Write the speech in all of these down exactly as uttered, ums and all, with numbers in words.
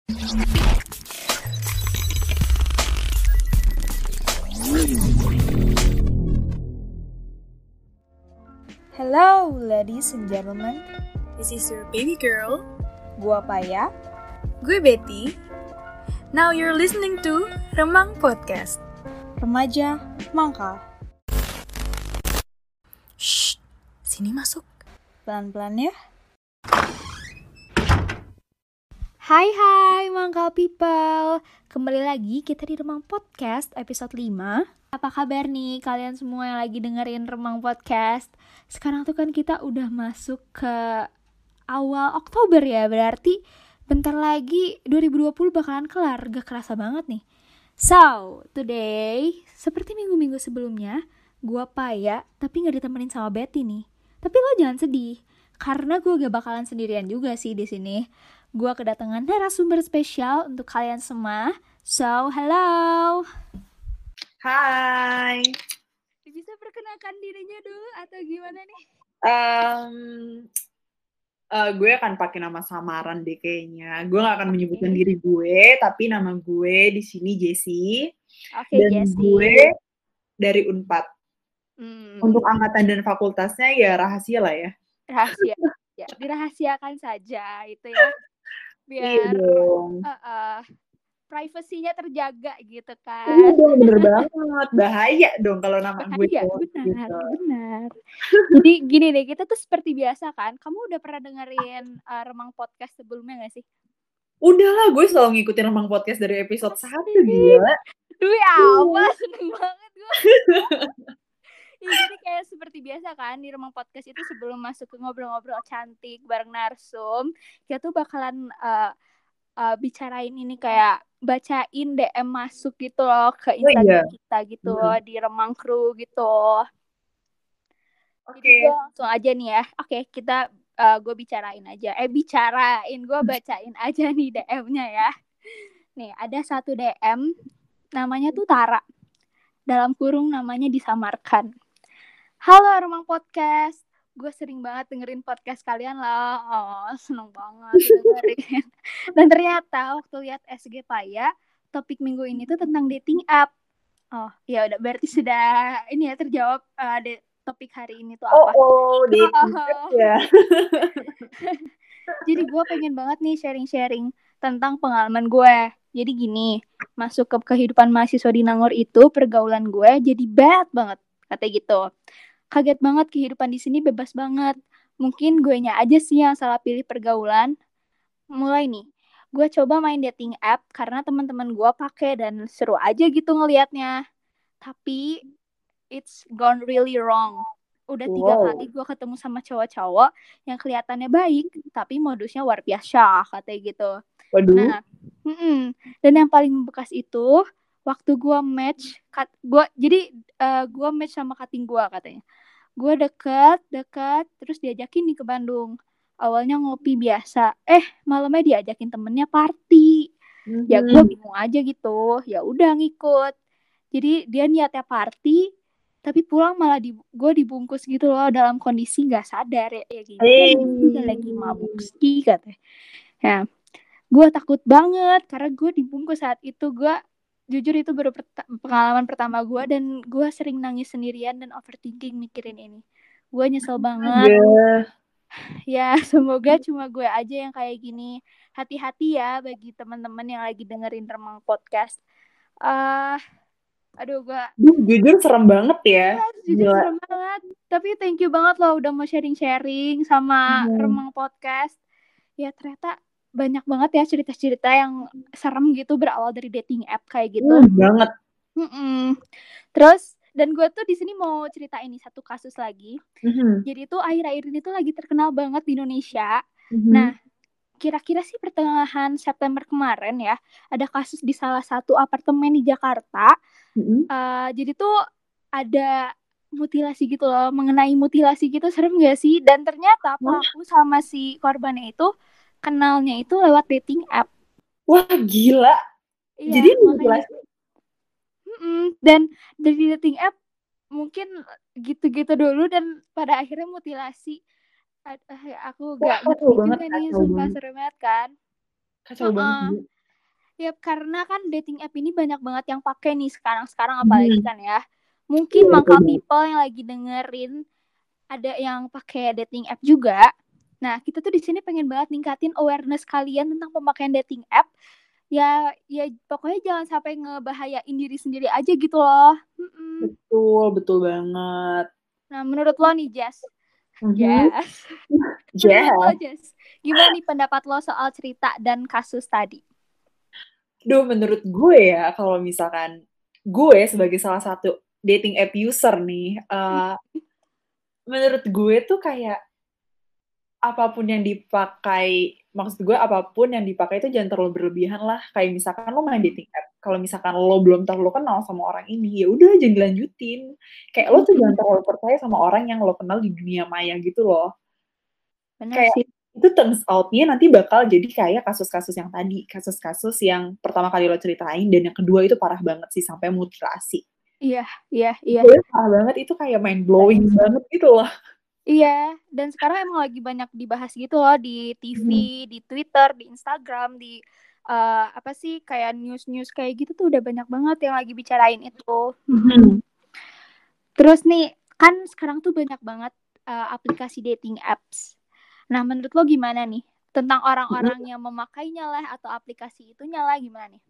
Hello, ladies and gentlemen. This is your baby girl. Gua Paya. Gue Betty. Now you're listening to Remang Podcast. Remaja mangkal. Shh, sini masuk. Pelan-pelan ya. Hai hai Mangkal People. Kembali lagi kita di Remang Podcast episode lima. Apa kabar nih kalian semua yang lagi dengerin Remang Podcast? Sekarang tuh kan kita udah masuk ke awal Oktober ya. Berarti bentar lagi dua ribu dua puluh bakalan kelar. Gak kerasa banget nih. So, today seperti minggu-minggu sebelumnya, gua Paya tapi gak ditemenin sama Betty nih. Tapi lo jangan sedih, karena gue gak bakalan sendirian juga sih di sini. Gue kedatangan narasumber spesial untuk kalian semua. So, hello. Hai. Bisa perkenalkan dirinya dulu atau gimana nih? Um, uh, gue akan pakai nama samaran deh kayaknya. Gue gak akan okay. menyebutkan diri gue, tapi nama gue di sini Jessie. Oke, okay, dan Jessie. Gue dari Unpad. Hmm. Untuk angkatan dan fakultasnya ya rahasia lah ya. Rahasia. Ya, dirahasiakan saja itu ya. Biar iya dong. Uh, uh, privasinya terjaga gitu kan. Iya dong, bener banget. Bahaya dong kalau nama gue. Bahaya, tuh, benar, gitu. benar. Jadi gini deh, kita tuh seperti biasa kan. Kamu udah pernah dengerin uh, Remang Podcast sebelumnya gak sih? Udah lah, gue selalu ngikutin Remang Podcast dari episode satu, gila. Duh ya ampun, seneng banget gue. Ya, jadi kayak seperti biasa kan di Remang Podcast itu sebelum masuk ke ngobrol-ngobrol cantik bareng narsum, kita tuh bakalan uh, uh, bicarain ini kayak bacain D M masuk gitu loh ke Instagram oh, iya. kita gitu hmm. loh, di Remang Crew gitu. Oke. Okay. Langsung aja nih ya. Oke, okay, kita uh, gue bicarain aja. Eh bicarain, gue bacain aja nih D M-nya ya. Nih ada satu D M namanya tuh Tara. Dalam kurung namanya disamarkan. Halo Remang Podcast, gue sering banget dengerin podcast kalian lah. Oh, seneng banget dengerin. Dan ternyata waktu lihat S G Paya, topik minggu ini tuh tentang dating app. Oh, ya udah berarti sudah ini ya terjawab uh, de- topik hari ini tuh apa? Oh, oh dating app ya. Jadi gue pengen banget nih sharing-sharing tentang pengalaman gue. Jadi gini, masuk ke kehidupan mahasiswa di Nangor itu pergaulan gue jadi bad banget, katanya gitu. Kaget banget kehidupan di sini bebas banget. Mungkin gue nya aja sih yang salah pilih pergaulan. Mulai nih, gue coba main dating app karena teman-teman gue pakai dan seru aja gitu ngelihatnya. Tapi it's gone really wrong. Udah tiga wow. kali gue ketemu sama cowok-cowok yang kelihatannya baik, tapi modusnya luar biasa, katanya gitu. Waduh. Nah, mm-mm. dan yang paling membekas itu waktu gue match, kat, gua, jadi uh, gue match sama cutting gue katanya. Gue deket, deket, terus diajakin nih ke Bandung. Awalnya ngopi biasa, eh malamnya diajakin temennya party. Mm-hmm. Ya gue bingung aja gitu, ya udah ngikut. Jadi dia niatnya party, tapi pulang malah di, gue dibungkus gitu loh dalam kondisi nggak sadar ya, ya gitu. Hey. Dia lagi mabuk ski katanya. Ya, gue takut banget karena gue dibungkus saat itu. Gue jujur itu baru pert- pengalaman pertama gue dan gue sering nangis sendirian dan overthinking mikirin ini. Gue nyesel banget. Yeah. Ya semoga cuma gue aja yang kayak gini. Hati-hati ya bagi teman-teman yang lagi dengerin Remang Podcast. Ah, uh, aduh gue. Duh, jujur serem banget ya. Ya jujur Gila. serem banget. Tapi thank you banget loh udah mau sharing-sharing sama hmm. Remang Podcast. Ya ternyata banyak banget ya cerita-cerita yang serem gitu berawal dari dating app kayak gitu. Mm, banget. Mm-mm. Terus dan gue tuh di sini mau cerita ini satu kasus lagi. Mm-hmm. Jadi tuh akhir-akhir ini tuh lagi terkenal banget di Indonesia. Mm-hmm. Nah, kira-kira sih pertengahan September kemarin ya, ada kasus di salah satu apartemen di Jakarta. Mm-hmm. Uh, jadi tuh ada mutilasi gitu loh, mengenai mutilasi gitu, serem gak sih? Dan ternyata pelaku sama si korbannya itu kenalnya itu lewat dating app. Wah gila. Iya, jadi mutilasi. Dan dari dating app mungkin gitu-gitu dulu dan pada akhirnya mutilasi. Aku gak ngerti juga nih, sumpah serem banget kan. Kacau uh-uh. banget. Ya karena kan dating app ini banyak banget yang pakai nih sekarang-sekarang apalagi Hmm. kan ya. Mungkin Iya, mangkal betul. people yang lagi dengerin ada yang pakai dating app juga. Nah, kita tuh di sini pengen banget ningkatin awareness kalian tentang pemakaian dating app. Ya, ya pokoknya jangan sampai ngebahayain diri sendiri aja gitu loh. Mm-mm. Betul, betul banget. Nah, menurut lo nih, Jess. Mhm. Jess. Jess. Menurut lo, Jess, gimana nih pendapat lo soal cerita dan kasus tadi? Duh, menurut gue ya, kalau misalkan gue sebagai salah satu dating app user nih, uh, menurut gue tuh kayak apapun yang dipakai, maksud gue apapun yang dipakai itu jangan terlalu berlebihan lah. Kayak misalkan lo main dating app, kalau misalkan lo belum terlalu kenal sama orang ini, ya udah jangan dilanjutin. Kayak lo tuh jangan terlalu percaya sama orang yang lo kenal di dunia maya gitu loh. Benar Kayak sih. itu turns out-nya nanti bakal jadi kayak kasus-kasus yang tadi, kasus-kasus yang pertama kali lo ceritain, dan yang kedua itu parah banget sih, sampai mutilasi. Iya, iya, iya. Itu parah banget, itu kayak mind blowing banget gitu loh. Iya, dan sekarang emang lagi banyak dibahas gitu loh di T V, Hmm. di Twitter, di Instagram, di uh, apa sih kayak news-news kayak gitu tuh udah banyak banget yang lagi bicarain itu. Hmm. Terus nih, kan sekarang tuh banyak banget uh, aplikasi dating apps. Nah, menurut lo gimana nih tentang orang-orang yang memakainya lah atau aplikasi itunya lah gimana nih?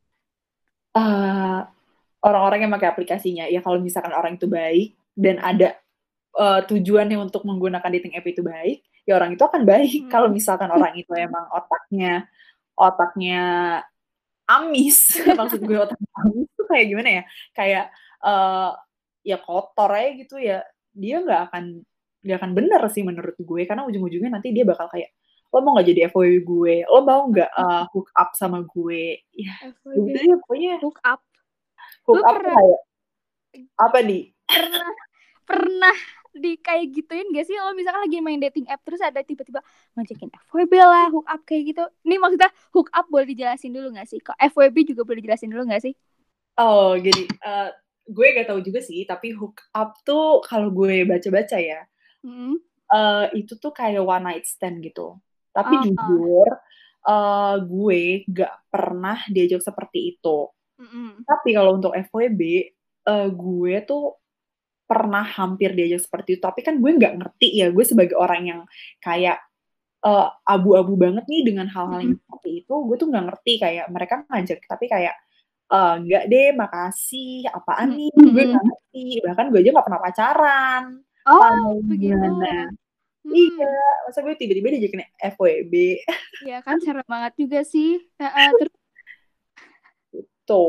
Uh, orang-orang yang pakai aplikasinya, ya kalau misalkan orang itu baik dan ada uh, tujuannya untuk menggunakan dating app itu baik, ya orang itu akan baik. Hmm. Kalau misalkan orang itu emang otaknya otaknya amis, maksud gue otaknya amis tuh kayak gimana ya? Kayak uh, ya kotor aja gitu ya, dia nggak akan nggak akan bener sih menurut gue, karena ujung-ujungnya nanti dia bakal kayak, lo mau nggak jadi F W B gue, lo mau nggak uh, hook up sama gue, ya gitu ya pokoknya. Hook up. Hook Lu up pernah kayak apa nih? pernah pernah di kayak gituin gak sih lo misalkan lagi main dating app terus ada tiba-tiba ngajakin F W B lah, hook up kayak gitu. Ini maksudnya hook up boleh dijelasin dulu gak sih? Kok F W B juga boleh dijelasin dulu gak sih? Oh, jadi uh, gue gak tahu juga sih, tapi hook up tuh kalau gue baca-baca ya, Mm-hmm. uh, itu tuh kayak one night stand gitu. Tapi Oh. jujur, uh, gue gak pernah diajak seperti itu. Mm-hmm. Tapi kalau untuk F W B, uh, gue tuh pernah hampir diajak seperti itu. Tapi kan gue gak ngerti ya, gue sebagai orang yang kayak uh, abu-abu banget nih dengan hal-hal yang Mm-hmm. seperti itu, gue tuh gak ngerti kayak mereka ngajak, tapi kayak Uh, enggak deh, makasih, apaan nih, Mm-hmm. gue gak ngerti, bahkan gue aja gak pernah pacaran. Oh, begitu. Gimana? Hmm. Iya, masa gue tiba-tiba diajakin F W B. Iya kan, seru banget juga sih. Uh, terus Gitu.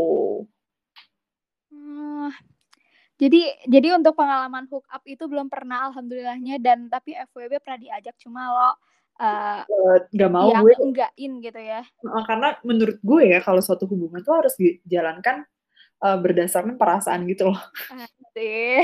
uh, jadi jadi untuk pengalaman hook up itu belum pernah alhamdulillahnya, dan tapi F W B pernah diajak cuma lo uh, Uh, gak mau yang gue. enggakin gitu ya. Uh, karena menurut gue ya, kalau suatu hubungan tuh harus dijalankan uh, berdasarkan perasaan gitu loh. Asik.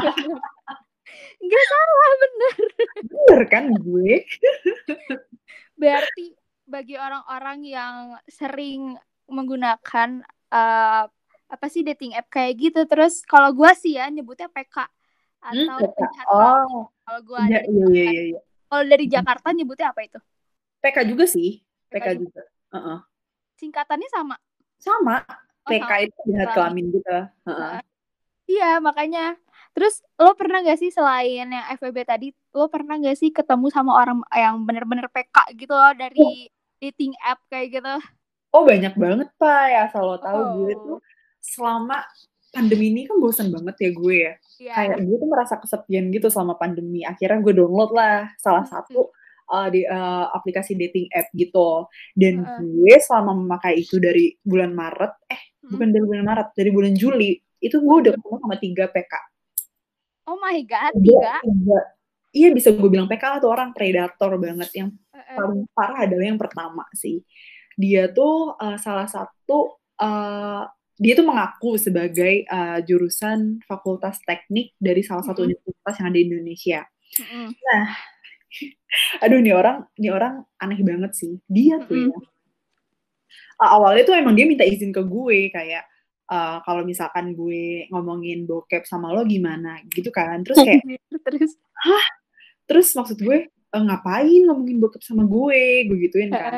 Gak salah, bener. Bener kan gue? Berarti bagi orang-orang yang sering menggunakan uh, apa sih dating app kayak gitu, terus kalau gue sih ya nyebutnya P K atau Hmm, penjahat oh. clothing. Kalau gue Iya, dari iya, iya, iya. kalau dari Jakarta nyebutnya apa itu? P K juga sih, P K, P K juga. Uh-uh. Singkatannya sama? Sama. Oh, P K sama. itu jahat kelamin gitu. Uh-uh. Nah, iya, makanya. Terus lo pernah gak sih selain yang F W B tadi, lo pernah gak sih ketemu sama orang yang bener-bener P K gitu loh dari dating app kayak gitu? Oh, banyak banget, Pak. Ya, asal lo tahu, Oh. gue tuh selama pandemi ini kan bosan banget ya gue ya. Yeah. Kayak gue tuh merasa kesepian gitu selama pandemi. Akhirnya gue download lah salah Mm-hmm. satu uh, di uh, aplikasi dating app gitu. Dan Uh-uh. gue selama memakai itu dari bulan Maret, eh mm-hmm. bukan dari bulan Maret, dari bulan Juli, itu gue udah ketemu sama tiga P K. Oh my God, tiga? tiga. Iya, bisa gue bilang P K lah tuh orang predator banget. Yang Uh-uh. paling parah adalah yang pertama sih. Dia tuh uh, salah satu, uh, dia tuh mengaku sebagai uh, jurusan fakultas teknik dari salah satu mm-hmm. universitas yang ada di Indonesia. Mm-hmm. Nah, aduh nih orang, nih orang aneh banget sih. Dia tuh mm-hmm. ya, uh, awalnya tuh emang dia minta izin ke gue kayak, uh, kalau misalkan gue ngomongin bokep sama lo gimana gitu kan. Terus kayak, terus, hah? Terus maksud gue, e, ngapain ngomongin bokep sama gue? Gue gituin kan.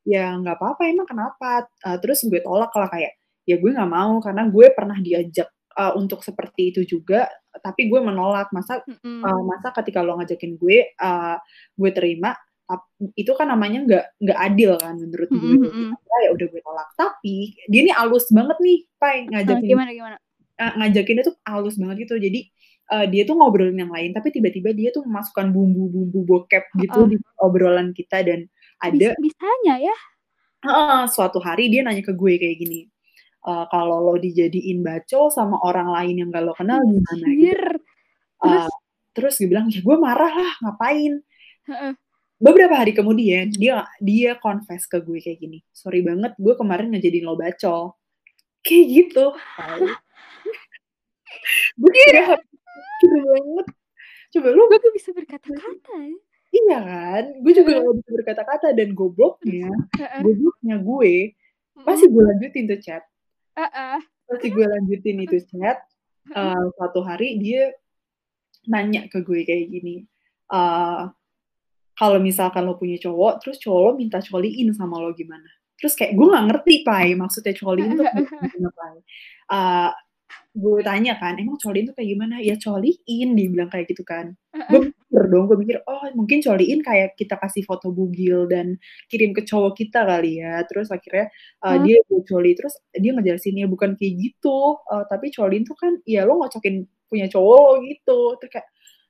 ya nggak apa-apa emang kenapa? Uh, terus gue tolak lah kayak, ya gue nggak mau karena gue pernah diajak uh, untuk seperti itu juga, tapi gue menolak. Masa Mm-mm. uh, masa ketika lo ngajakin gue, uh, gue terima, itu kan namanya nggak nggak adil kan menurut gue. Mm-mm. Ya udah gue tolak. Tapi dia nih halus banget nih, Pai, ngajakin. Uh, gimana gimana? Uh, ngajakinnya tuh halus banget gitu. Jadi uh, dia tuh ngobrolin yang lain, tapi tiba-tiba dia tuh memasukkan bumbu-bumbu bokep gitu uh, di obrolan kita. Dan ada bis-bisanya ya. Uh, suatu hari dia nanya ke gue kayak gini, uh, kalau lo dijadiin bacol sama orang lain yang gak lo kenal gimana gitu. Uh, terus gue bilang, ya gue marah lah, ngapain? Uh-uh. Beberapa hari kemudian dia dia confess ke gue kayak gini, sorry banget gue kemarin ngejadiin lo bacol, kayak gitu. Gue kira gitu banget. Coba lu, gue gak bisa berkata-kata ya. Iya kan, gue juga uh-uh. gak bisa berkata-kata. Dan gobloknya, uh-uh. gobloknya gue masih gue lanjutin tuh chat. Uh-uh. Masih gue lanjutin itu chat. Uh, suatu hari dia nanya ke gue kayak gini, uh, kalau misalkan lo punya cowok, terus cowok lo minta coliin sama lo gimana? Terus kayak gue nggak ngerti, Pai, maksudnya coliin tuh gimana, Pai? Uh, gue tanya kan, emang coliin tuh kayak gimana? Ya coliin, dia bilang kayak gitu kan. Gue mikir dong, gue mikir, oh mungkin coliin kayak kita kasih foto bugil dan kirim ke cowok kita kali ya. Terus akhirnya uh, hmm. dia gue coli, terus dia ngejelasin ya bukan kayak gitu, uh, tapi coliin tuh kan, ya lo ngocokin punya cowok lo gitu. Terus kayak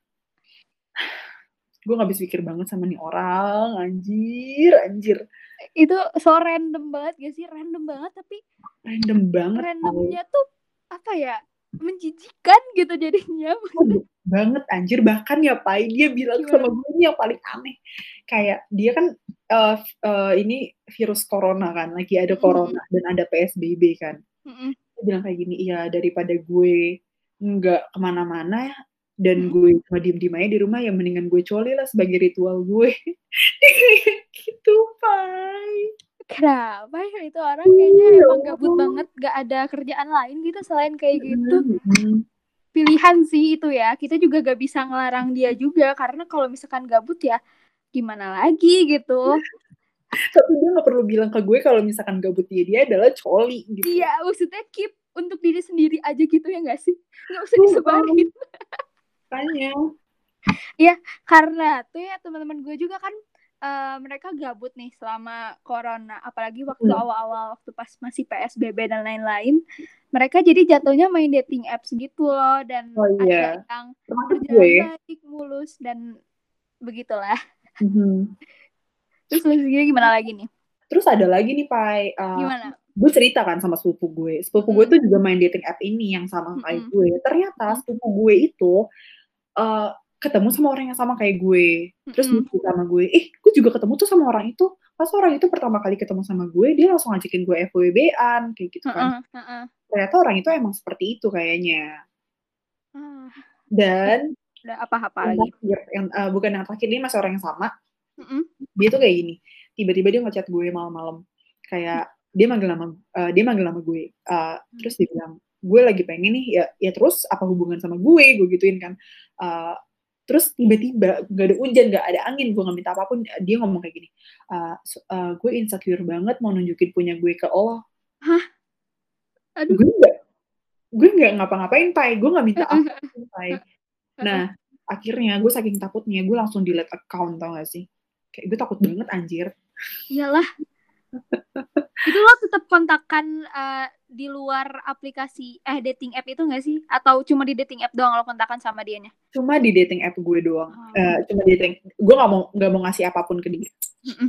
gue gak bisa pikir banget sama nih orang, anjir, anjir. Itu so random banget gak sih? Random banget, tapi random banget. Randomnya tuh, apa ya, menjijikan gitu jadinya. Oh, banget, anjir. Bahkan ya, Pai, dia bilang Gimana? sama gue ini yang paling aneh. Kayak, dia kan, uh, uh, ini virus corona kan, lagi ada corona mm-hmm. dan ada P S B B kan. Mm-hmm. Dia bilang kayak gini, iya daripada gue nggak kemana-mana, dan gue cuma diem-diem aja di rumah, ya mendingan gue coli lah sebagai ritual gue. Gitu, Pai. Kenapa ya itu orang kayaknya uh, emang gabut uh, banget, gak ada kerjaan lain gitu selain kayak gitu. Uh, Pilihan sih itu ya, kita juga gak bisa ngelarang dia juga, karena kalau misalkan gabut ya gimana lagi gitu. Tapi dia gak perlu bilang ke gue kalau misalkan gabut dia, dia adalah coli gitu. Iya, maksudnya keep untuk diri sendiri aja gitu ya gak sih? Gak usah disebarin. Tanya. Ya karena tuh ya teman-teman gue juga kan uh, mereka gabut nih selama corona, apalagi waktu hmm. awal-awal waktu pas masih P S B B dan lain-lain, mereka jadi jatuhnya main dating apps gitu loh, dan oh, iya. ada yang berjalan baik mulus dan begitulah. Mm-hmm. Terus lu sendiri gimana lagi nih? Terus ada lagi nih, Pai. Uh, gimana? Gue cerita kan sama sepupu gue. Sepupu mm-hmm. gue tuh juga main dating app ini yang sama mm-hmm. kayak gue. Ternyata sepupu gue itu uh, ketemu sama orang yang sama kayak gue. Terus mm-hmm. dia sama gue, eh gue juga ketemu tuh sama orang itu. Pas orang itu pertama kali ketemu sama gue, dia langsung ngajakin gue F W B-an, kayak gitu kan. Uh-uh, uh-uh. Ternyata orang itu emang seperti itu kayaknya. Uh. Dan udah apa-apa lagi? Terakhir, yang, uh, bukan yang terakhir, ini masih orang yang sama. Uh-uh. Dia tuh kayak gini, tiba-tiba dia ngechat gue malam-malam. Kayak dia manggil nama uh, dia manggil nama gue. Uh, terus dia bilang, gue lagi pengen nih, ya, ya terus apa hubungan sama gue, gue gituin kan. Uh, Terus tiba-tiba gak ada hujan, gak ada angin, gue gak minta apapun, dia ngomong kayak gini, uh, uh, gue insecure banget mau nunjukin punya gue ke Allah. Hah? Aduh. Gue gak, gue gak ngapa-ngapain, Pai. Gue gak minta apapun, Pai. Nah, akhirnya gue saking takutnya, gue langsung delete account, tau gak sih? Kayak gue takut banget, anjir. Iyalah. Itu lo tetap kontakkan uh, di luar aplikasi eh dating app itu nggak sih? Atau cuma di dating app doang lo kontakkan sama dianya? Cuma di dating app gue doang. Oh. Uh, cuma di dating, gue nggak mau nggak mau ngasih apapun ke dia.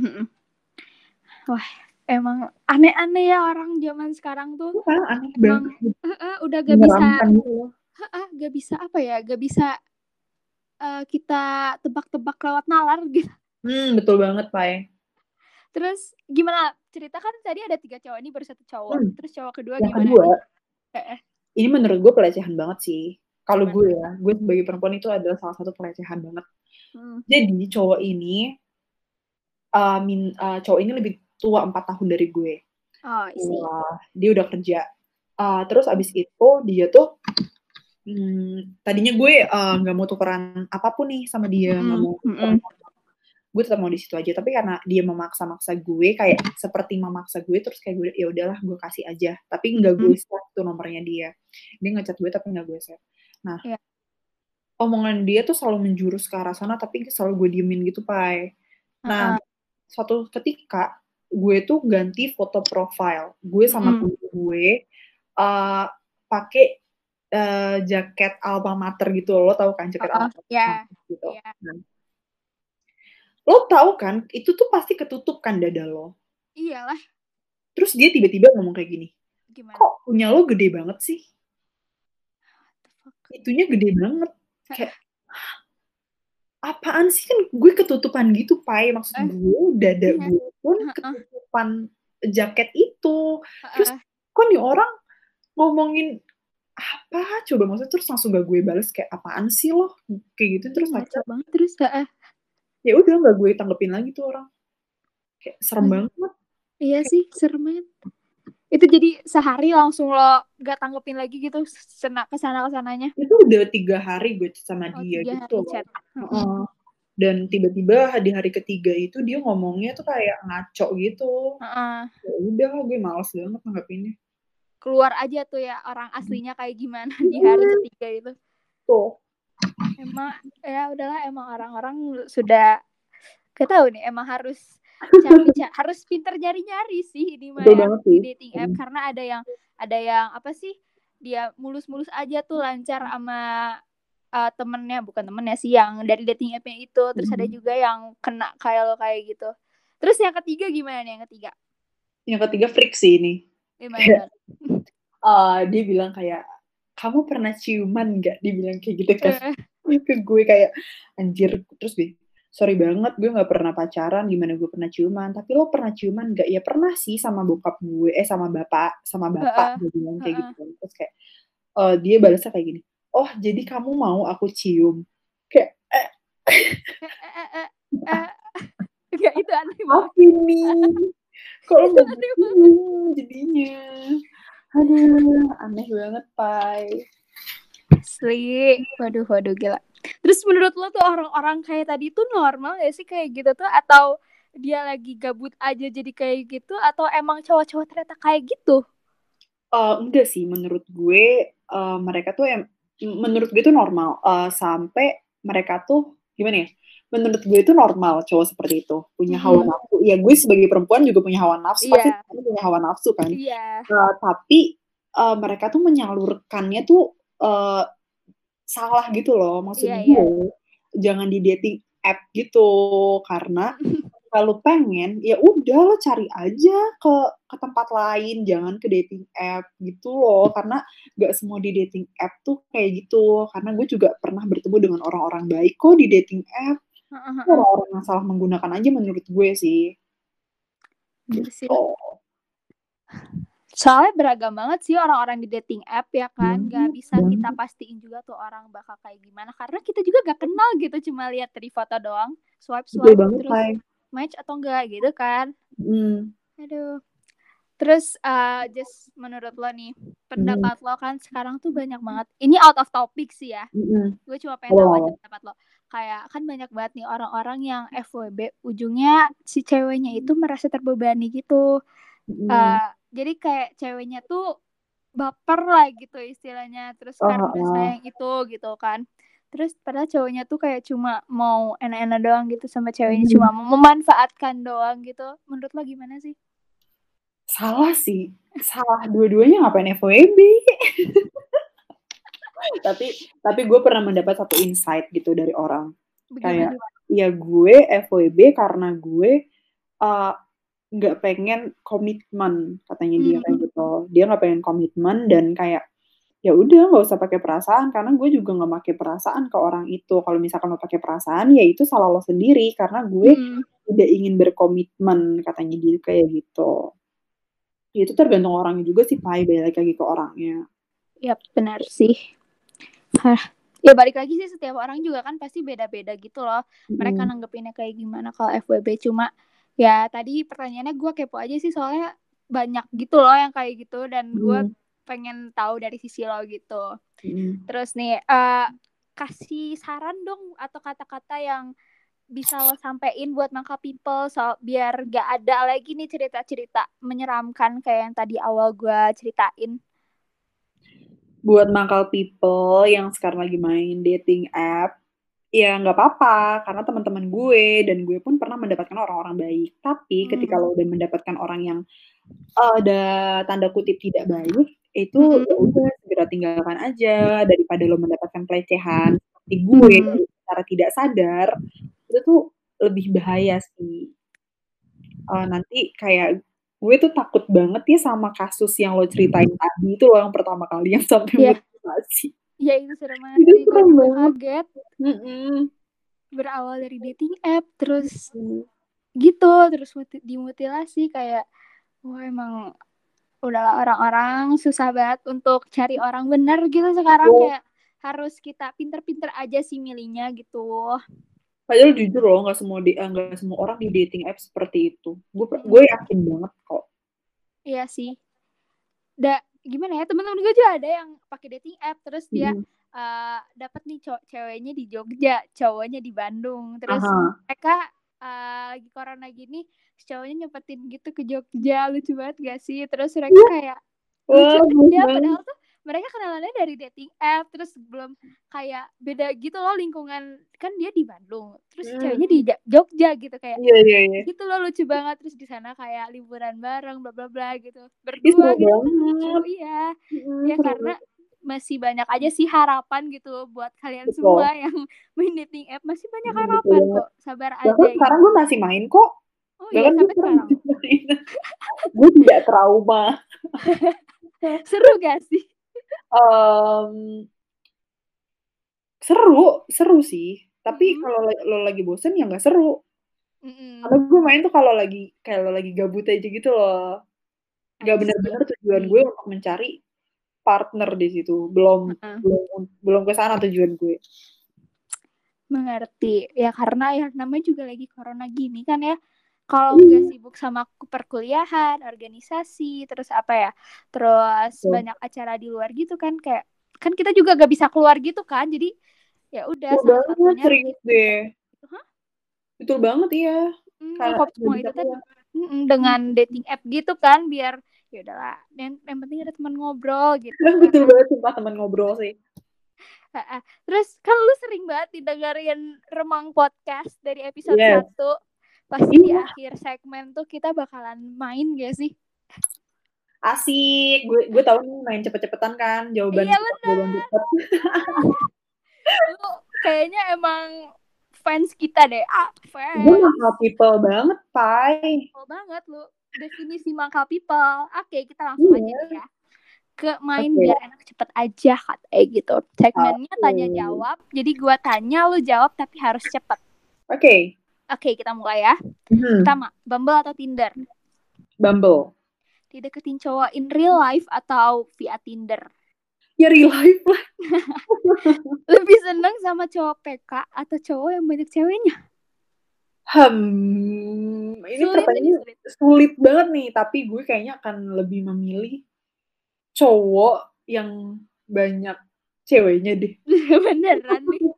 Wah, emang aneh-aneh ya orang zaman sekarang tuh. Wah, aneh emang, banget. Uh, uh, udah gak bisa, gitu. uh, uh, gak bisa apa ya? Gak bisa uh, kita tebak-tebak lewat nalar gitu. Hmm, betul banget, Pai. Terus gimana? Cerita kan tadi ada tiga cowok, ini baru satu cowok. Hmm. Terus cowok kedua yang gimana? Kedua, eh. Ini menurut gue pelecehan banget sih. Kalau gue ya, gue sebagai perempuan itu adalah salah satu pelecehan banget. Hmm. Jadi cowok ini, uh, min, uh, cowok ini lebih tua empat tahun dari gue. Oh, isi. Uh, dia udah kerja. Uh, terus abis itu dia tuh, hmm, tadinya gue nggak uh, mau tukeran apapun nih sama dia, nggak hmm. mau. Hmm. gue tetap mau di situ aja. Tapi karena dia memaksa-maksa gue, kayak seperti memaksa gue, terus kayak gue, ya udahlah gue kasih aja. Tapi nggak gue Hmm. save tuh nomornya dia. Dia ngechat gue tapi nggak gue save. Nah, Iya. omongan dia tuh selalu menjurus ke arah sana, tapi selalu gue diemin gitu, Pai. Nah, Heeh. suatu ketika gue tuh ganti foto profile. Gue sama Mm-mm. temen gue uh, pakai uh, jaket alma mater gitu. Lo tahu kan jaket Oh, alma mater ya, gitu. ya. Nah, lo tahu kan, itu tuh pasti ketutup kan dada lo. Iyalah, Terus dia tiba-tiba ngomong kayak gini, gimana? kok punya lo gede banget sih? What the fuck? Itunya gede banget. Kayak, apaan sih, kan gue ketutupan gitu, Pai. Maksud Eh, gue, dada iya. gue pun Heeh. ketutupan jaket itu. Terus Heeh. kok nih orang ngomongin apa coba, maksudnya terus langsung gak gue bales, kayak apaan sih lo, kayak gitu. Terus Ngaco akhirnya banget terus. Heeh. ya udah nggak gue tanggepin lagi tuh orang, kayak serem Hmm. banget. Iya sih, serem banget. Itu jadi sehari langsung lo gak tanggepin lagi gitu, sena kesana kesananya. Itu udah tiga hari gue chat sama Oh, dia tiga gitu hari loh. chat. Heeh. Heeh. Dan tiba-tiba di hari ketiga itu dia ngomongnya tuh kayak ngaco gitu. Heeh. Ya udah, gue males banget nanggepinnya. Keluar aja tuh ya orang aslinya kayak gimana di hari ketiga itu. Tuh. Emang ya udahlah, emang orang-orang sudah gak tahu nih, emang harus cari, ca- harus pinter nyari-nyari sih ini mah Betul ya banget di sih. dating app, karena ada yang ada yang apa sih, dia mulus-mulus aja tuh lancar sama uh, temennya, bukan temennya sih, yang dari dating app-nya itu. Terus ada juga yang kena kayak lo kayak gitu. Terus yang ketiga gimana nih yang ketiga? Yang ketiga freak sih ini. Gimana? Gimana? Uh, dia bilang kayak, kamu pernah ciuman gak? Dia bilang kayak gitu ke, Eh, ke gue, kayak anjir. Terus gue, sorry banget, gue gak pernah pacaran, gimana gue pernah ciuman. Tapi lo pernah ciuman gak? Ya pernah sih sama bokap gue, eh sama bapak, sama bapak. Heeh. Dia bilang kayak Heeh. gitu. Terus kayak, uh, dia balasnya kayak gini, oh jadi kamu mau aku cium? Kayak, eh, Eh, eh, eh, eh. Enggak, itu aneh banget. apa ini? Kok lo Itu mau aneh cium jadinya? Aduh, aneh banget, Pai. Asli, waduh, waduh, gila. Terus menurut lo tuh orang-orang kayak tadi tuh normal gak sih kayak gitu tuh? Atau dia lagi gabut aja jadi kayak gitu? Atau emang cowok-cowok ternyata kayak gitu? Uh, enggak sih, menurut gue uh, mereka tuh yang menurut gue itu normal, uh, sampai mereka tuh gimana ya? Menurut gue itu normal cowok seperti itu punya hawa Mm-mm. nafsu. Ya gue sebagai perempuan juga punya hawa nafsu, pasti Iya, punya hawa nafsu kan. iya, Uh, tapi uh, mereka tuh menyalurkannya tuh uh, salah gitu loh. Maksud iya, gue iya. jangan di dating app gitu, karena kalau pengen ya udah lo cari aja ke ke tempat lain, jangan ke dating app gitu loh, karena nggak semua di dating app tuh kayak gitu. Karena gue juga pernah bertemu dengan orang-orang baik kok di dating app. Heeh. Orang-orang yang salah menggunakan aja menurut gue sih. Bener sih. Oh. Soalnya beragam banget sih orang-orang di dating app ya kan. Gak Banget, bisa kita banget. pastiin juga tuh orang bakal kayak gimana, karena kita juga gak kenal gitu, cuma lihat dari foto doang, Betul swipe-swipe banget, terus Pai. match atau enggak gitu kan. Hmm. Aduh. Terus uh, just menurut lo nih, Hmm. pendapat lo kan sekarang tuh banyak banget. Ini out of topic sih ya. Hmm. Gue cuma pengen tahu aja Oh. pendapat lo. Kayak kan banyak banget nih orang-orang yang F W B, ujungnya si ceweknya itu merasa terbebani gitu. Hmm. Uh, jadi kayak ceweknya tuh baper lah gitu istilahnya. Terus Oh, karena oh. sayang itu gitu kan. Terus padahal cowoknya tuh kayak cuma mau enak-enak doang gitu sama ceweknya, Hmm. cuma memanfaatkan doang gitu. Menurut lo gimana sih? Salah sih, salah dua-duanya, ngapain F W B? tapi tapi gue pernah mendapat satu insight gitu dari orang. Bagaimana? Kayak ya gue F W B karena gue uh, nggak pengen komitmen, katanya dia Hmm. kayak gitu. Dia nggak pengen komitmen dan kayak ya udah nggak usah pakai perasaan, karena gue juga nggak pakai perasaan ke orang itu. Kalau misalkan lo pakai perasaan ya itu salah lo sendiri, karena gue Hmm. tidak ingin berkomitmen, katanya dia kayak gitu. Itu tergantung orangnya juga sih, Pai, balik lagi ke orangnya. Ya benar sih. Hah. Ya balik lagi sih, setiap orang juga kan pasti beda-beda gitu loh. Mereka Mm. nanggepinnya kayak gimana kalau F W B. Cuma ya tadi pertanyaannya gue kepo aja sih, soalnya banyak gitu loh yang kayak gitu, dan gue Mm. pengen tahu dari sisi lo gitu. Mm. Terus nih uh, kasih saran dong atau kata-kata yang bisa lo sampein buat Mangkal People so biar gak ada lagi nih cerita-cerita menyeramkan kayak yang tadi awal gue ceritain. Buat Mangkal People yang sekarang lagi main dating app, ya nggak apa-apa, karena teman-teman gue dan gue pun pernah mendapatkan orang-orang baik. Tapi Hmm. ketika lo udah mendapatkan orang yang uh, ada tanda kutip tidak baik, itu Mm-mm. ya udah segera tinggalkan aja daripada lo mendapatkan pelecehan seperti gue Hmm. secara tidak sadar. Itu tuh lebih bahaya sih. Uh, nanti kayak gue tuh takut banget ya sama kasus yang lo ceritain tadi itu loh yang pertama kali yang sampai Iya. mutilasi. Ya itu serem banget Itu sih, gue serem juga banget. kaget. Mm-mm. Berawal dari dating app terus Mm. gitu terus muti- dimutilasi kayak wah emang udahlah orang-orang susah banget untuk cari orang bener gitu sekarang. Iya. Kayak harus kita pinter-pinter aja sih milihnya gitu. Padahal jujur loh, nggak semua di, eh, nggak semua orang di dating app seperti itu. Gue Mm-mm. gue yakin banget kok. Iya sih. Da, gimana ya, teman-teman gue juga ada yang pakai dating app terus dia Mm. uh, dapat nih cowok ceweknya di Jogja, cowoknya di Bandung. Terus Aha. mereka uh, lagi corona gini, si cowoknya nyempetin gitu ke Jogja, lucu banget gak sih? Terus mereka kayak lucu Wah, bagus aja, banget. padahal tuh mereka kenalannya dari dating app, terus belum kayak beda gitu loh lingkungan, kan dia di Bandung, terus Hmm. ceweknya di Ja- Jogja gitu kayak Iya, iya, iya. gitu loh, lucu banget. Terus di sana kayak liburan bareng bla bla bla gitu Ih, berdua seru gitu kan lucu. banget. Iya Mm, ya seru karena banget. masih banyak aja sih harapan gitu buat kalian Betul. semua yang main dating app, masih banyak Mm, betul harapan banget. kok, sabar Bahkan aja sekarang gitu. gue masih main kok. Oh iya Bahkan gue sampai sekarang sekarang masih main. Gue tidak trauma. seru gak sih? Um, seru, seru sih. Tapi Mm-mm. kalau lo lagi bosen ya nggak seru. Mm-mm. Karena gue main tuh kalau lagi kayak lo lagi gabut aja gitu loh. Gak I benar-benar see. tujuan gue untuk mencari partner di situ. Belum Mm-mm. belum belum ke sana tujuan gue. Mengerti ya, karena ya namanya juga lagi corona gini kan ya, kalau nggak Iya. sibuk sama perkuliahan, organisasi, terus apa ya, terus Betul. banyak acara di luar gitu kan, kayak kan kita juga gak bisa keluar gitu kan, jadi ya udah Betul salah banget, satunya serius gitu. deh. Hah? Betul banget iya. Hmm, Karena ngekop nggak semua bisa itu tadi keluar. Mm-mm, dengan dating app gitu kan, biar ya udahlah, yang, yang penting ada teman ngobrol gitu Betul kan. banget, sumpah teman ngobrol sih. Ha-ha. Terus kan lu sering banget didengerin Remang Podcast dari episode Yes. satu. Pasti di Iya. akhir segmen tuh kita bakalan main gak sih? Asik. Gue gue tahu nih main cepet-cepetan kan jawaban Iya cepat, jawaban bener. cepat. Lu kayaknya emang fans kita deh. Ah, fans. Gue Mangkal People banget, Pai. Oh banget lu. Definisi Mangkal People. Oke, kita langsung Iya. aja nih ya. Ke main Oke. biar enak cepet aja katanya gitu. Segmennya Oke. tanya jawab. Jadi gua tanya lu jawab tapi harus cepet. Oke. Oke, kita mulai ya. Hmm. Pertama, Bumble atau Tinder? Bumble. Dideketin cowok in real life atau via Tinder? Ya real life lah. Lebih seneng sama cowok P K atau cowok yang banyak ceweknya? Hmm, ini Sulit pertanyaan ini, sulit. sulit banget nih, tapi gue kayaknya akan lebih memilih cowok yang banyak ceweknya deh. Beneran nih.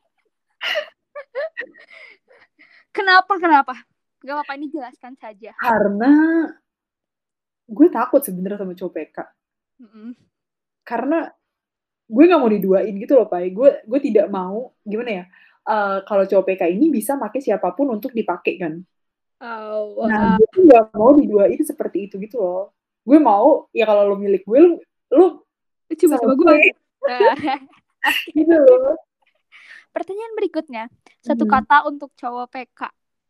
Kenapa, kenapa? Gak apa-apa, ini jelaskan saja. Karena gue takut sebenarnya sama cowok P K. Mm-mm. Karena gue gak mau diduain gitu loh, Pai. Gue gue tidak mau, gimana ya, uh, kalau cowok P K ini bisa pakai siapapun untuk dipakai kan. Oh, Nah, wow. gue tuh gak mau diduain seperti itu gitu loh. Gue mau, ya kalau lo milik gue, lu, lu Coba sama gue. Gitu loh. Pertanyaan berikutnya. Satu Hmm. kata untuk cowok P K.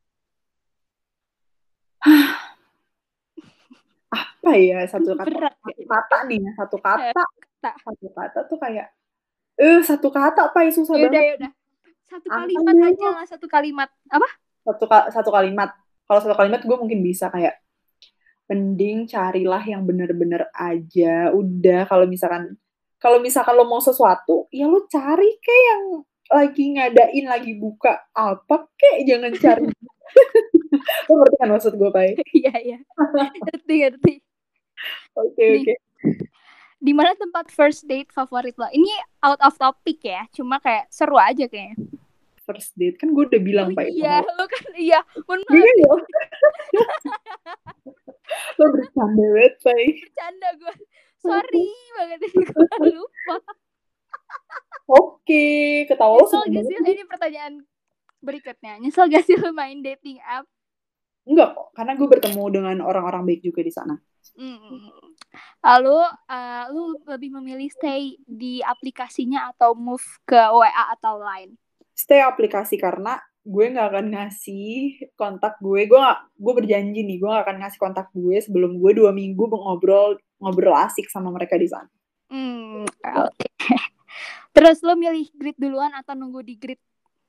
Apa ya satu kata? Berat Satu ya? kata nih ya, satu kata. Kata. Satu kata tuh kayak eh satu kata Pai susah Yaudah, banget. yaudah. Satu Angkat kalimat dulu. aja lah, satu kalimat. Apa? Satu ka- satu kalimat. Kalau satu kalimat gue mungkin bisa kayak mending carilah yang bener-bener aja. Udah kalau misalkan kalau misalkan lo mau sesuatu, ya lo cari kayak yang lagi ngadain, lagi buka apa kayak jangan cari. Lo ngerti kan maksud gue, Pai? Iya, iya. Ngerti, ngerti. Oke, Nih. oke. Di mana tempat first date favorit lo? Ini out of topic ya, cuma kayak seru aja kayaknya. first date. Kan gue udah bilang, Oh Pak. iya, lo kan iya. Mohon Gue maaf, kan ya. Lo bercanda banget, Pak. bercanda gue. Sorry banget ini gue lupa. Oke, ketawa lo Nyesel seneng gak sih? banget. Ini pertanyaan berikutnya. Nyesel gak sih lo main dating app? Enggak kok, karena gue bertemu dengan orang-orang baik juga di sana. Mm. Lalu uh, lu lebih memilih stay di aplikasinya atau move ke W A atau Line? Stay aplikasi karena gue nggak akan ngasih kontak gue. Gue gak, gue berjanji nih, gue nggak akan ngasih kontak gue sebelum gue dua minggu ngobrol ngobrol asik sama mereka di sana. Hmm, oke. Okay. Terus lo milih grid duluan atau nunggu di grid?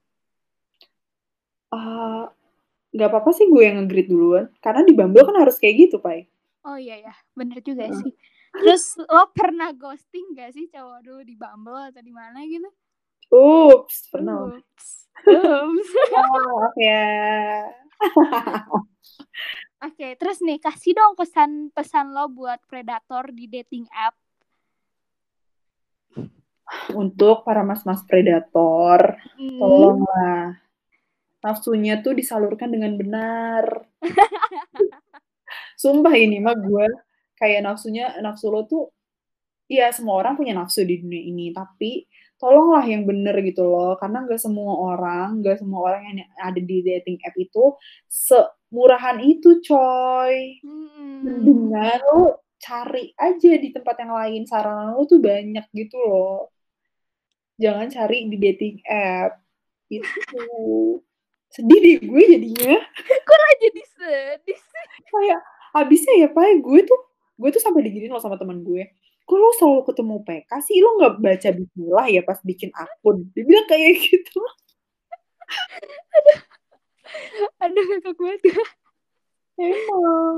Uh, gak apa-apa sih gue yang nge-grid duluan. Karena di Bumble kan harus kayak gitu, Pai. Oh iya ya, bener juga uh. sih. Terus lo pernah ghosting gak sih cowok dulu di Bumble atau di mana gitu? Ups, pernah. Ups. Ups. Oh, ya. Oke, okay, terus nih kasih dong pesan-pesan lo buat predator di dating app. Untuk para mas-mas predator, hmm. tolonglah nafsunya tuh disalurkan dengan benar. Sumpah ini mah gue kayak nafsunya, nafsu lo tuh, ya semua orang punya nafsu di dunia ini, tapi tolonglah yang bener gitu loh, karena gak semua orang, gak semua orang yang ada di dating app itu semurahan itu, coy. Hmm. Mendingan lo cari aja di tempat yang lain, saran lo tuh banyak gitu loh. Jangan cari di dating app. Itu. Sedih deh gue jadinya. Kok lah jadi sedih sih? Kayak abisnya ya Pak, gue tuh gue tuh sampai diginin loh sama teman gue. Kok lo selalu ketemu P K sih? Lo gak baca bismillah ya pas bikin akun? Dia bilang kayak gitu. Aduh. Aduh kakak gue tuh. Emang.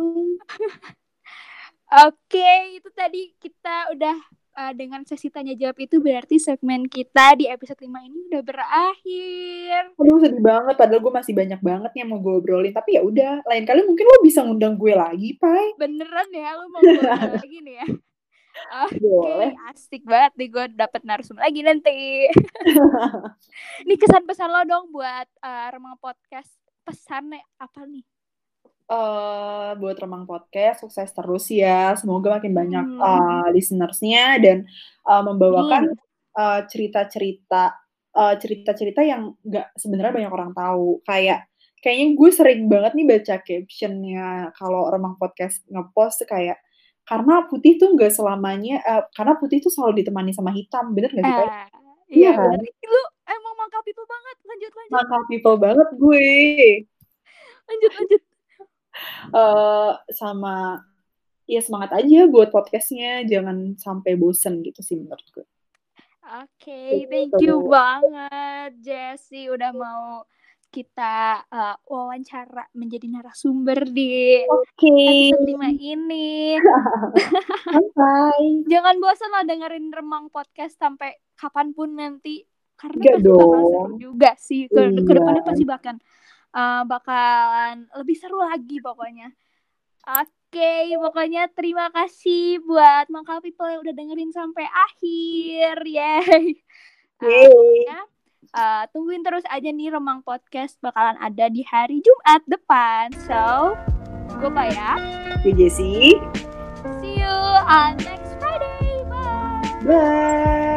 Oke, itu tadi kita udah uh, dengan sesi tanya jawab itu berarti segmen kita di episode lima ini udah berakhir. Aduh sedih banget, padahal gue masih banyak banget yang mau gue obrolin. Tapi ya udah, lain kali mungkin lo bisa ngundang gue lagi, Pai. Beneran ya, lo mau gue lagi nih ya? Oke, okay, asik banget nih gue dapet narsum lagi nanti. Ini kesan-pesan lo dong buat uh, Remang Podcast. Pesannya apa nih? Uh, buat Remang Podcast sukses terus ya, semoga makin banyak hmm. uh, listenersnya dan uh, membawakan hmm. uh, cerita-cerita uh, cerita-cerita yang nggak sebenarnya banyak orang tahu. Kayak kayaknya gue sering banget nih baca captionnya kalau Remang Podcast ngepost kayak karena putih tuh nggak selamanya uh, karena putih tuh selalu ditemani sama hitam, bener nggak sih Pak? Uh, iya kan? Lu emang mangkal people banget, lanjut lanjut. Mangkal people banget gue. Lanjut lanjut. Uh, sama ya semangat aja buat podcastnya, jangan sampai bosen gitu sih menurut gue. Oke, okay, thank you banget Jessie udah mau kita uh, wawancara menjadi narasumber di okay. episode lima ini. Bye. Jangan bosan lah dengerin Remang Podcast sampai kapanpun nanti karena Gak pasti dong. bakal seru juga sih ke iya. kedepannya pasti bahkan Uh, bakalan lebih seru lagi pokoknya. Oke, okay, pokoknya terima kasih buat Mangkal People yang udah dengerin sampai akhir. Yeay. Uh, uh, tungguin terus aja nih Remang Podcast bakalan ada di hari Jumat depan. So, gue Paya. Gue Jessie. See you on next Friday. Bye. Bye.